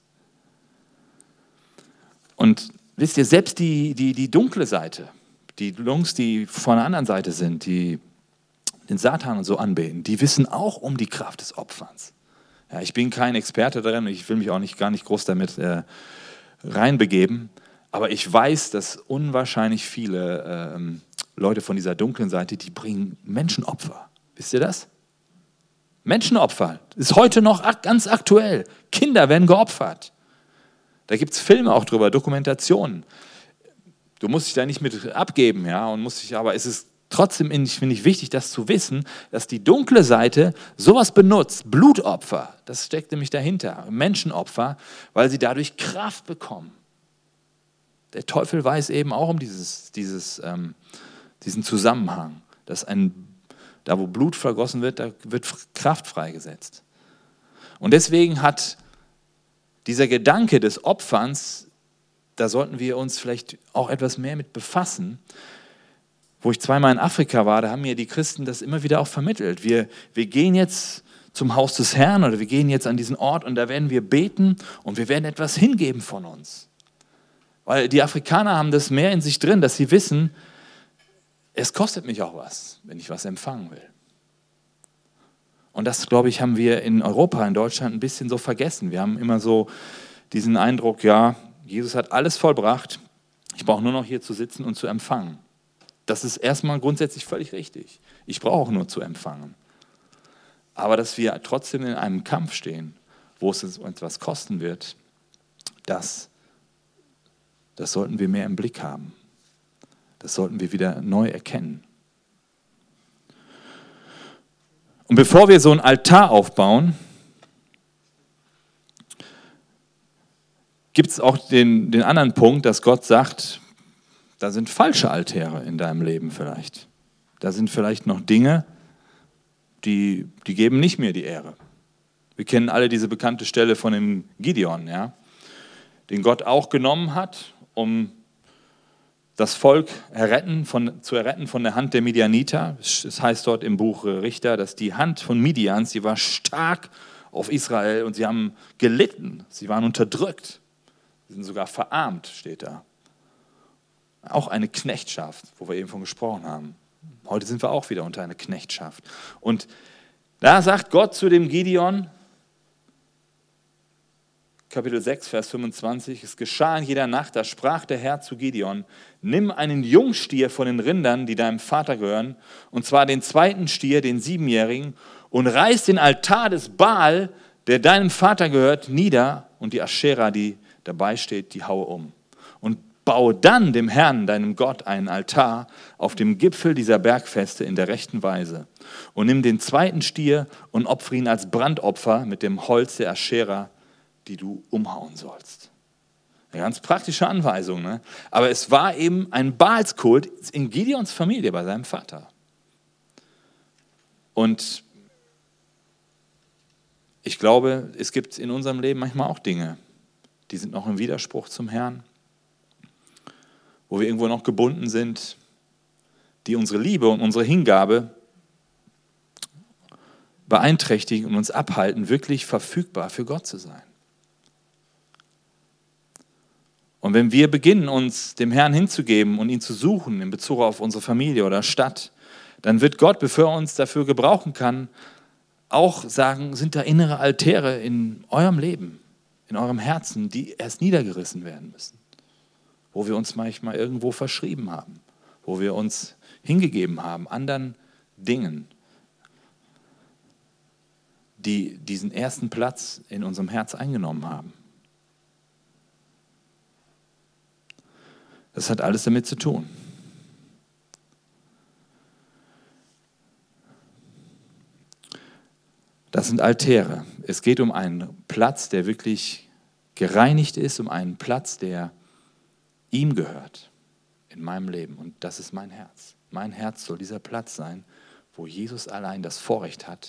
Und wisst ihr, selbst die dunkle Seite, die Jungs, die von der anderen Seite sind, die den Satan und so anbeten, die wissen auch um die Kraft des Opferns. Ja, ich bin kein Experte darin, ich will mich auch gar nicht groß damit reinbegeben, aber ich weiß, dass unwahrscheinlich viele Leute von dieser dunklen Seite, die bringen Menschenopfer. Wisst ihr das? Menschenopfer. Ist heute noch ganz aktuell. Kinder werden geopfert. Da gibt es Filme auch drüber, Dokumentationen. Du musst dich da nicht mit abgeben, ja, aber es ist trotzdem, finde ich, wichtig, das zu wissen, dass die dunkle Seite sowas benutzt, Blutopfer, das steckt nämlich dahinter, Menschenopfer, weil sie dadurch Kraft bekommen. Der Teufel weiß eben auch um diesen Zusammenhang, dass da wo Blut vergossen wird, da wird Kraft freigesetzt. Und deswegen hat dieser Gedanke des Opferns, da sollten wir uns vielleicht auch etwas mehr mit befassen. Wo ich zweimal in Afrika war, da haben mir die Christen das immer wieder auch vermittelt. Wir gehen jetzt zum Haus des Herrn oder wir gehen jetzt an diesen Ort und da werden wir beten und wir werden etwas hingeben von uns. Weil die Afrikaner haben das mehr in sich drin, dass sie wissen, es kostet mich auch was, wenn ich was empfangen will. Und das, glaube ich, haben wir in Europa, in Deutschland ein bisschen so vergessen. Wir haben immer so diesen Eindruck, ja, Jesus hat alles vollbracht, ich brauche nur noch hier zu sitzen und zu empfangen. Das ist erstmal grundsätzlich völlig richtig. Ich brauche nur zu empfangen. Aber dass wir trotzdem in einem Kampf stehen, wo es uns was kosten wird, das sollten wir mehr im Blick haben. Das sollten wir wieder neu erkennen. Und bevor wir so einen Altar aufbauen, gibt es auch den anderen Punkt, dass Gott sagt, da sind falsche Altäre in deinem Leben vielleicht. Da sind vielleicht noch Dinge, die geben nicht mehr die Ehre. Wir kennen alle diese bekannte Stelle von dem Gideon, ja, den Gott auch genommen hat, um das Volk zu erretten von der Hand der Midianiter. Es heißt dort im Buch Richter, dass die Hand von Midian, sie war stark auf Israel und sie haben gelitten, sie waren unterdrückt, sie sind sogar verarmt, steht da. Auch eine Knechtschaft, wo wir eben von gesprochen haben. Heute sind wir auch wieder unter einer Knechtschaft. Und da sagt Gott zu dem Gideon, Kapitel 6, Vers 25, es geschah in jeder Nacht, da sprach der Herr zu Gideon, nimm einen Jungstier von den Rindern, die deinem Vater gehören, und zwar den zweiten Stier, den 7-jährigen, und reiß den Altar des Baal, der deinem Vater gehört, nieder, und die Aschera, die dabei steht, die haue um. Und baue dann dem Herrn, deinem Gott, einen Altar auf dem Gipfel dieser Bergfeste in der rechten Weise. Und nimm den zweiten Stier und opfere ihn als Brandopfer mit dem Holz der Aschera, die du umhauen sollst. Eine ganz praktische Anweisung, ne? Aber es war eben ein Baalskult in Gideons Familie bei seinem Vater. Und ich glaube, es gibt in unserem Leben manchmal auch Dinge, die sind noch im Widerspruch zum Herrn, wo wir irgendwo noch gebunden sind, die unsere Liebe und unsere Hingabe beeinträchtigen und uns abhalten, wirklich verfügbar für Gott zu sein. Und wenn wir beginnen, uns dem Herrn hinzugeben und ihn zu suchen in Bezug auf unsere Familie oder Stadt, dann wird Gott, bevor er uns dafür gebrauchen kann, auch sagen, sind da innere Altäre in eurem Leben, in eurem Herzen, die erst niedergerissen werden müssen. Wo wir uns manchmal irgendwo verschrieben haben, wo wir uns hingegeben haben, anderen Dingen, die diesen ersten Platz in unserem Herz eingenommen haben. Das hat alles damit zu tun. Das sind Altäre. Es geht um einen Platz, der wirklich gereinigt ist, um einen Platz, der ihm gehört in meinem Leben. Und das ist mein Herz. Mein Herz soll dieser Platz sein, wo Jesus allein das Vorrecht hat,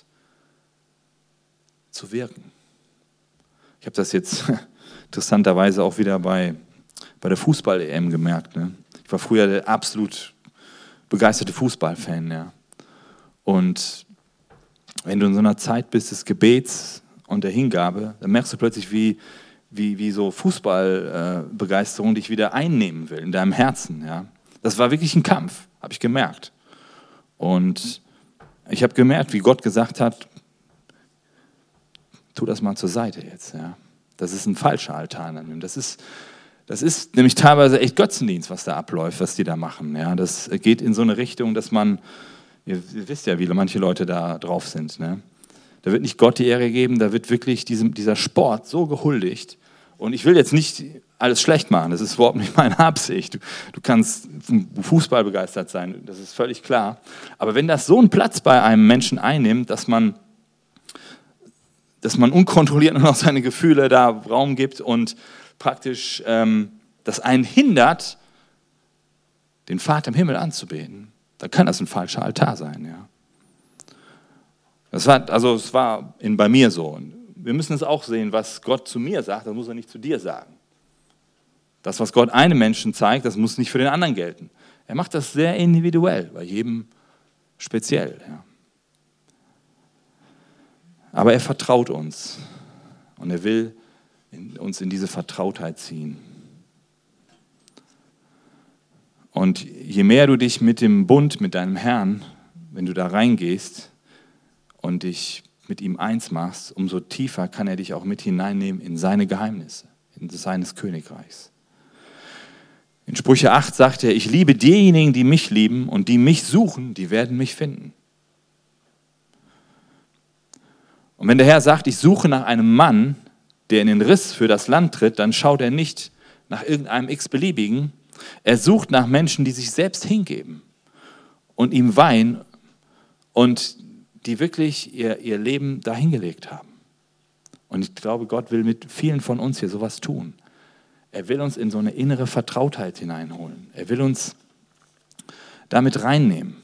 zu wirken. Ich habe das jetzt interessanterweise auch wieder bei der Fußball-EM gemerkt. Ne? Ich war früher der absolut begeisterte Fußballfan. Ja? Und wenn du in so einer Zeit bist des Gebets und der Hingabe, dann merkst du plötzlich, wie so Fußballbegeisterung dich wieder einnehmen will in deinem Herzen. Ja? Das war wirklich ein Kampf, habe ich gemerkt. Und ich habe gemerkt, wie Gott gesagt hat, tu das mal zur Seite jetzt. Ja. Das ist ein falscher Altar. Das ist nämlich teilweise echt Götzendienst, was da abläuft, was die da machen. Ja. Das geht in so eine Richtung, dass man, ihr wisst ja, wie manche Leute da drauf sind. Ne? Da wird nicht Gott die Ehre gegeben, da wird wirklich dieser Sport so gehuldigt. Und ich will jetzt nicht alles schlecht machen, das ist überhaupt nicht meine Absicht. Du kannst vom Fußball begeistert sein, das ist völlig klar. Aber wenn das so einen Platz bei einem Menschen einnimmt, dass man unkontrolliert nur noch seine Gefühle da Raum gibt und praktisch das einen hindert, den Vater im Himmel anzubeten, dann kann das ein falscher Altar sein. Ja. Es war bei mir so. Und wir müssen es auch sehen, was Gott zu mir sagt, das muss er nicht zu dir sagen. Das, was Gott einem Menschen zeigt, das muss nicht für den anderen gelten. Er macht das sehr individuell, bei jedem speziell. Ja. Aber er vertraut uns und er will uns in diese Vertrautheit ziehen. Und je mehr du dich mit dem Bund, mit deinem Herrn, wenn du da reingehst und dich mit ihm eins machst, umso tiefer kann er dich auch mit hineinnehmen in seine Geheimnisse, in seines Königreichs. In Sprüche 8 sagt er, ich liebe diejenigen, die mich lieben und die mich suchen, die werden mich finden. Und wenn der Herr sagt, ich suche nach einem Mann, der in den Riss für das Land tritt, dann schaut er nicht nach irgendeinem x-beliebigen, er sucht nach Menschen, die sich selbst hingeben und ihm weihen und die wirklich ihr Leben dahingelegt haben. Und ich glaube, Gott will mit vielen von uns hier sowas tun. Er will uns in so eine innere Vertrautheit hineinholen. Er will uns damit reinnehmen.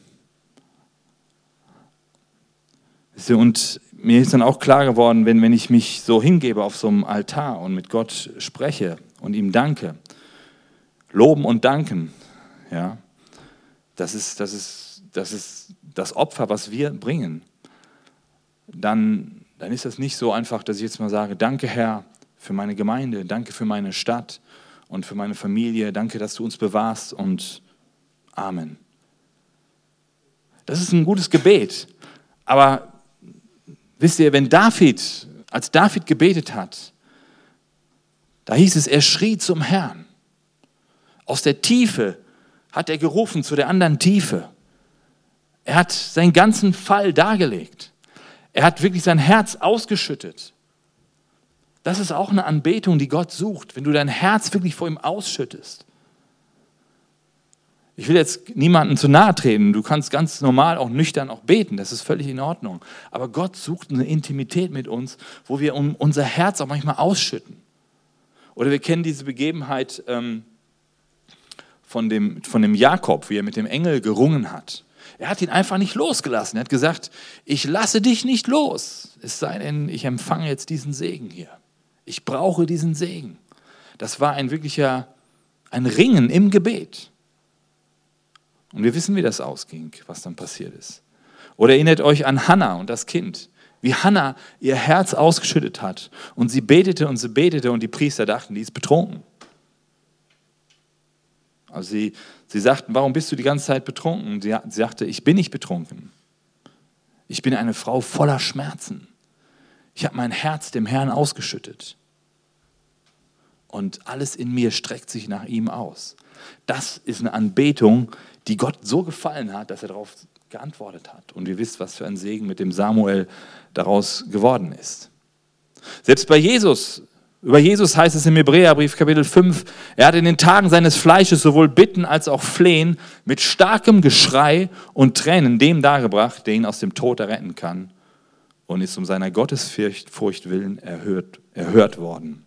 Und mir ist dann auch klar geworden, wenn ich mich so hingebe auf so einem Altar und mit Gott spreche und ihm danke, loben und danken, ja, das ist das Opfer, was wir bringen. Dann ist das nicht so einfach, dass ich jetzt mal sage, danke Herr für meine Gemeinde, danke für meine Stadt und für meine Familie, danke, dass du uns bewahrst und Amen. Das ist ein gutes Gebet, aber wisst ihr, als David gebetet hat, da hieß es, er schrie zum Herrn. Aus der Tiefe hat er gerufen zu der anderen Tiefe. Er hat seinen ganzen Fall dargelegt. Er hat wirklich sein Herz ausgeschüttet. Das ist auch eine Anbetung, die Gott sucht, wenn du dein Herz wirklich vor ihm ausschüttest. Ich will jetzt niemandem zu nahe treten, du kannst ganz normal auch nüchtern auch beten, das ist völlig in Ordnung. Aber Gott sucht eine Intimität mit uns, wo wir unser Herz auch manchmal ausschütten. Oder wir kennen diese Begebenheit von dem Jakob, wie er mit dem Engel gerungen hat. Er hat ihn einfach nicht losgelassen. Er hat gesagt, ich lasse dich nicht los, es sei denn, ich empfange jetzt diesen Segen hier. Ich brauche diesen Segen. Das war ein Ringen im Gebet. Und wir wissen, wie das ausging, was dann passiert ist. Oder erinnert euch an Hannah und das Kind. Wie Hannah ihr Herz ausgeschüttet hat. Und sie betete und die Priester dachten, die ist betrunken. Also sie sagten, warum bist du die ganze Zeit betrunken? Und sie sagte, ich bin nicht betrunken. Ich bin eine Frau voller Schmerzen. Ich habe mein Herz dem Herrn ausgeschüttet. Und alles in mir streckt sich nach ihm aus. Das ist eine Anbetung, die Gott so gefallen hat, dass er darauf geantwortet hat. Und ihr wisst, was für ein Segen mit dem Samuel daraus geworden ist. Selbst bei Jesus, über Jesus heißt es im Hebräerbrief Kapitel 5, er hat in den Tagen seines Fleisches sowohl Bitten als auch Flehen mit starkem Geschrei und Tränen dem dargebracht, der ihn aus dem Tod erretten kann, und ist um seiner Gottesfurcht willen erhört worden.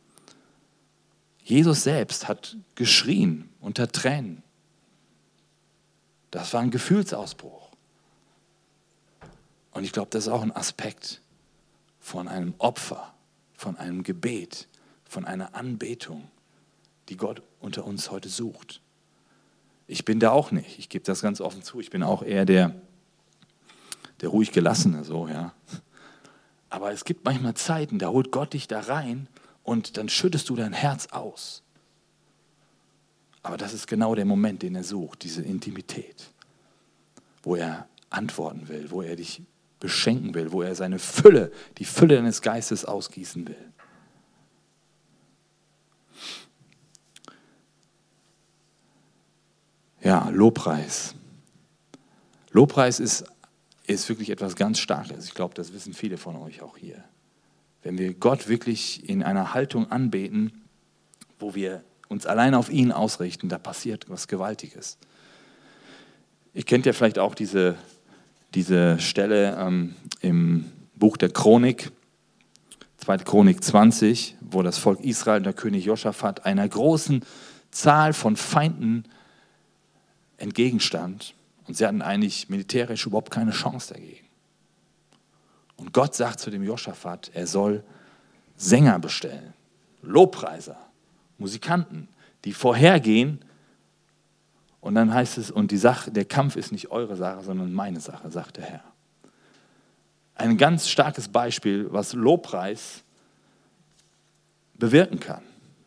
Jesus selbst hat geschrien unter Tränen. Das war ein Gefühlsausbruch. Und ich glaube, das ist auch ein Aspekt von einem Opfer, von einem Gebet, von einer Anbetung, die Gott unter uns heute sucht. Ich bin da auch nicht, ich gebe das ganz offen zu, ich bin auch eher der ruhig Gelassene, so, ja. Aber es gibt manchmal Zeiten, da holt Gott dich da rein und dann schüttest du dein Herz aus. Aber das ist genau der Moment, den er sucht, diese Intimität, wo er antworten will, wo er dich beschenken will, wo er seine Fülle, die Fülle deines Geistes ausgießen will. Ja, Lobpreis. Lobpreis ist wirklich etwas ganz Starkes. Ich glaube, das wissen viele von euch auch hier. Wenn wir Gott wirklich in einer Haltung anbeten, wo wir uns allein auf ihn ausrichten, da passiert was Gewaltiges. Ihr kennt ja vielleicht auch diese Stelle im Buch der Chronik, 2. Chronik 20, wo das Volk Israel, der König Josaphat, einer großen Zahl von Feinden entgegenstand. Und sie hatten eigentlich militärisch überhaupt keine Chance dagegen. Und Gott sagt zu dem Josaphat, er soll Sänger bestellen, Lobpreiser, Musikanten, die vorhergehen. Und dann heißt es, und der Kampf ist nicht eure Sache, sondern meine Sache, sagt der Herr. Ein ganz starkes Beispiel, was Lobpreis bewirken kann.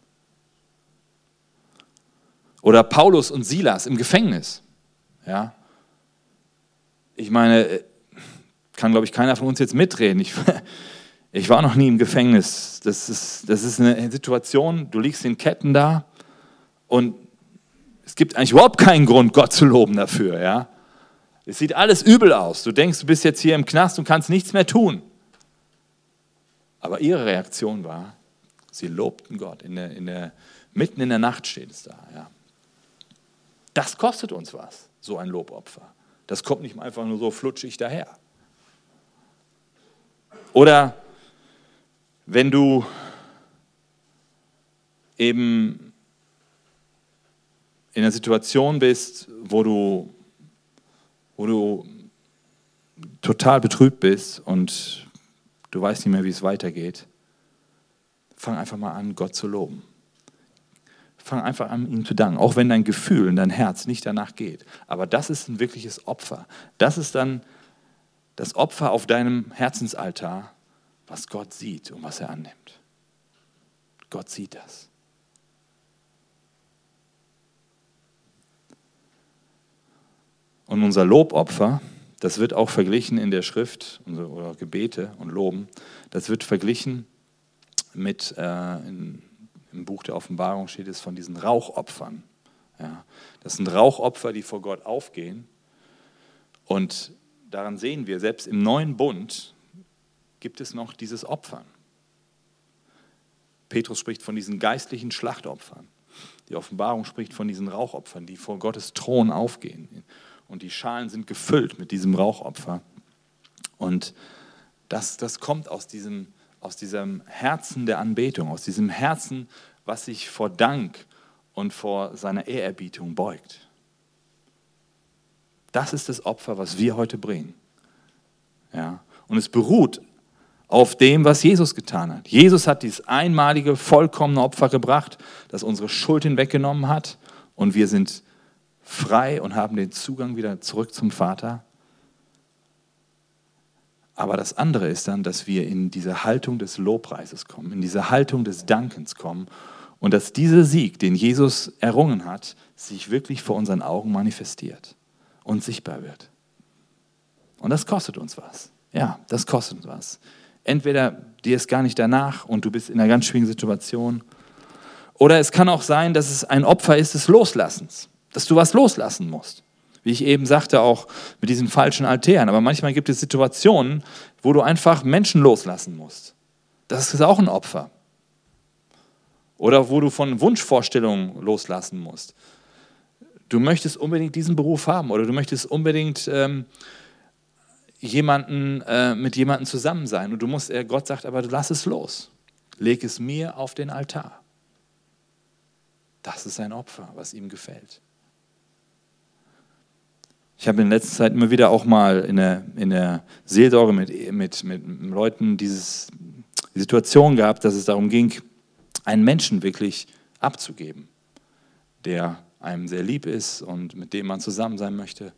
Oder Paulus und Silas im Gefängnis. Ja. Ich meine, kann, glaube ich, keiner von uns jetzt mitreden. Ich war noch nie im Gefängnis. Das ist eine Situation, du liegst in Ketten da und es gibt eigentlich überhaupt keinen Grund, Gott zu loben dafür. Ja? Es sieht alles übel aus. Du denkst, du bist jetzt hier im Knast und kannst nichts mehr tun. Aber ihre Reaktion war, sie lobten Gott. Mitten in der Nacht steht es da. Ja? Das kostet uns was, so ein Lobopfer. Das kommt nicht einfach nur so flutschig daher. Oder wenn du eben in einer Situation bist, wo du total betrübt bist und du weißt nicht mehr, wie es weitergeht, fang einfach mal an, Gott zu loben. Fang einfach an, ihm zu danken, auch wenn dein Gefühl und dein Herz nicht danach geht. Aber das ist ein wirkliches Opfer. Das ist dann das Opfer auf deinem Herzensaltar, was Gott sieht und was er annimmt. Gott sieht das. Und unser Lobopfer, das wird auch verglichen in der Schrift, oder Gebete und Loben, das wird verglichen mit, im Buch der Offenbarung steht es von diesen Rauchopfern. Ja, das sind Rauchopfer, die vor Gott aufgehen. Und daran sehen wir, selbst im neuen Bund gibt es noch dieses Opfern. Petrus spricht von diesen geistlichen Schlachtopfern. Die Offenbarung spricht von diesen Rauchopfern, die vor Gottes Thron aufgehen. Und die Schalen sind gefüllt mit diesem Rauchopfer. Und das kommt aus diesem Herzen der Anbetung, aus diesem Herzen, was sich vor Dank und vor seiner Ehrerbietung beugt. Das ist das Opfer, was wir heute bringen. Ja? Und es beruht auf dem, was Jesus getan hat. Jesus hat dieses einmalige, vollkommene Opfer gebracht, das unsere Schuld hinweggenommen hat. Und wir sind frei und haben den Zugang wieder zurück zum Vater. Aber das andere ist dann, dass wir in diese Haltung des Lobpreises kommen, in diese Haltung des Dankens kommen und dass dieser Sieg, den Jesus errungen hat, sich wirklich vor unseren Augen manifestiert und sichtbar wird. Und das kostet uns was. Ja, das kostet uns was. Entweder dir ist gar nicht danach und du bist in einer ganz schwierigen Situation. Oder es kann auch sein, dass es ein Opfer ist des Loslassens, dass du was loslassen musst. Wie ich eben sagte, auch mit diesen falschen Altären. Aber manchmal gibt es Situationen, wo du einfach Menschen loslassen musst. Das ist auch ein Opfer. Oder wo du von Wunschvorstellungen loslassen musst. Du möchtest unbedingt diesen Beruf haben oder du möchtest unbedingt mit jemandem zusammen sein. Und Gott sagt, aber du lass es los. Leg es mir auf den Altar. Das ist ein Opfer, was ihm gefällt. Ich habe in letzter Zeit immer wieder auch mal in der Seelsorge mit Leuten die Situation gehabt, dass es darum ging, einen Menschen wirklich abzugeben, der einem sehr lieb ist und mit dem man zusammen sein möchte.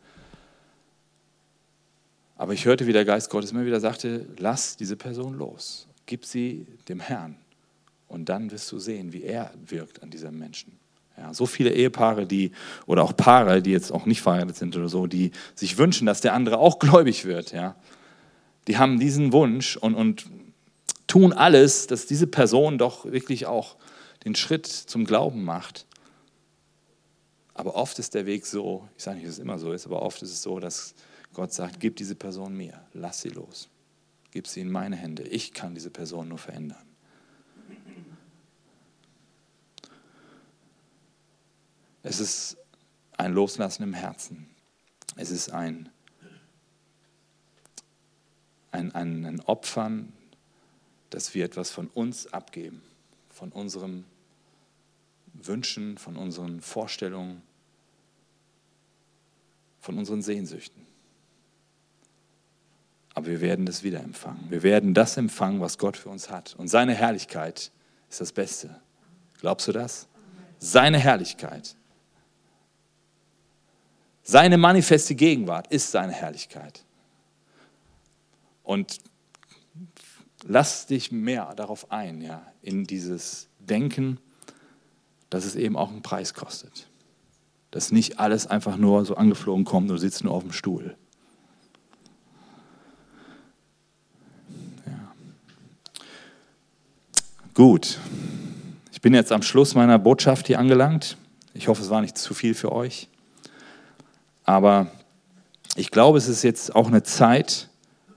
Aber ich hörte, wie der Geist Gottes immer wieder sagte, lass diese Person los, gib sie dem Herrn und dann wirst du sehen, wie er wirkt an diesem Menschen. Ja, so viele Ehepaare, oder auch Paare, die jetzt auch nicht verheiratet sind oder so, die sich wünschen, dass der andere auch gläubig wird. Ja. die haben diesen Wunsch und tun alles, dass diese Person doch wirklich auch den Schritt zum Glauben macht. Aber oft ist der Weg so, ich sage nicht, dass es immer so ist, aber oft ist es so, dass Gott sagt, gib diese Person mir, lass sie los. Gib sie in meine Hände. Ich kann diese Person nur verändern. Es ist ein Loslassen im Herzen. Es ist ein Opfern, dass wir etwas von uns abgeben, von unseren Wünschen, von unseren Vorstellungen, von unseren Sehnsüchten. Aber wir werden das wieder empfangen. Wir werden das empfangen, was Gott für uns hat. Und seine Herrlichkeit ist das Beste. Glaubst du das? Seine Herrlichkeit. Seine manifeste Gegenwart ist seine Herrlichkeit. Und lass dich mehr darauf ein, ja, in dieses Denken, dass es eben auch einen Preis kostet. Dass nicht alles einfach nur so angeflogen kommt und du sitzt nur auf dem Stuhl. Ja. Gut, ich bin jetzt am Schluss meiner Botschaft hier angelangt. Ich hoffe, es war nicht zu viel für euch. Aber ich glaube, es ist jetzt auch eine Zeit,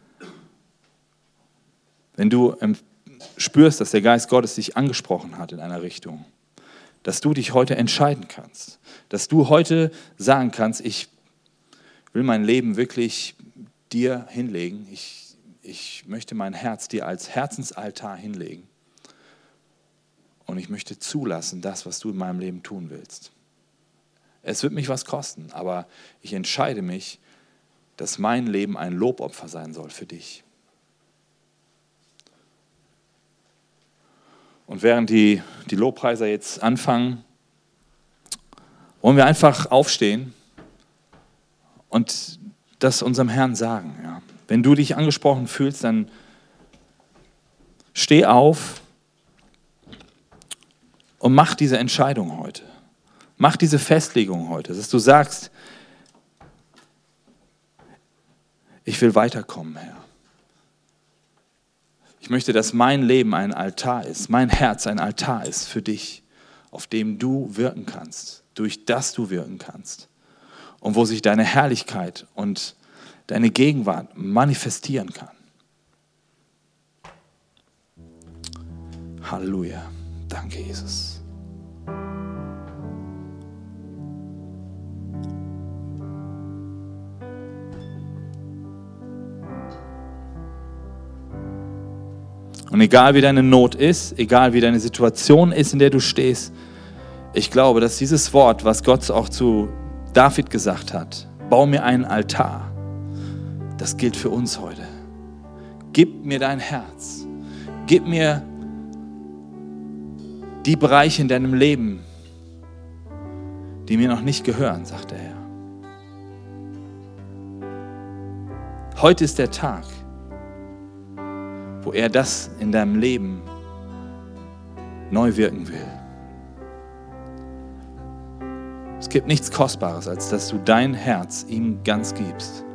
wenn du spürst, dass der Geist Gottes dich angesprochen hat in einer Richtung, dass du dich heute entscheiden kannst, dass du heute sagen kannst, ich will mein Leben wirklich dir hinlegen, ich möchte mein Herz dir als Herzensaltar hinlegen und ich möchte zulassen, das, was du in meinem Leben tun willst. Es wird mich was kosten, aber ich entscheide mich, dass mein Leben ein Lobopfer sein soll für dich. Und während die Lobpreiser jetzt anfangen, wollen wir einfach aufstehen und das unserem Herrn sagen. Ja. Wenn du dich angesprochen fühlst, dann steh auf und mach diese Entscheidung heute. Mach diese Festlegung heute, dass du sagst, ich will weiterkommen, Herr. Ich möchte, dass mein Leben ein Altar ist, mein Herz ein Altar ist für dich, auf dem du wirken kannst, durch das du wirken kannst und wo sich deine Herrlichkeit und deine Gegenwart manifestieren kann. Halleluja. Danke, Jesus. Und egal wie deine Not ist, egal wie deine Situation ist, in der du stehst, ich glaube, dass dieses Wort, was Gott auch zu David gesagt hat, bau mir einen Altar, das gilt für uns heute. Gib mir dein Herz. Gib mir die Bereiche in deinem Leben, die mir noch nicht gehören, sagt der Herr. Heute ist der Tag, wo er das in deinem Leben neu wirken will. Es gibt nichts Kostbares, als dass du dein Herz ihm ganz gibst.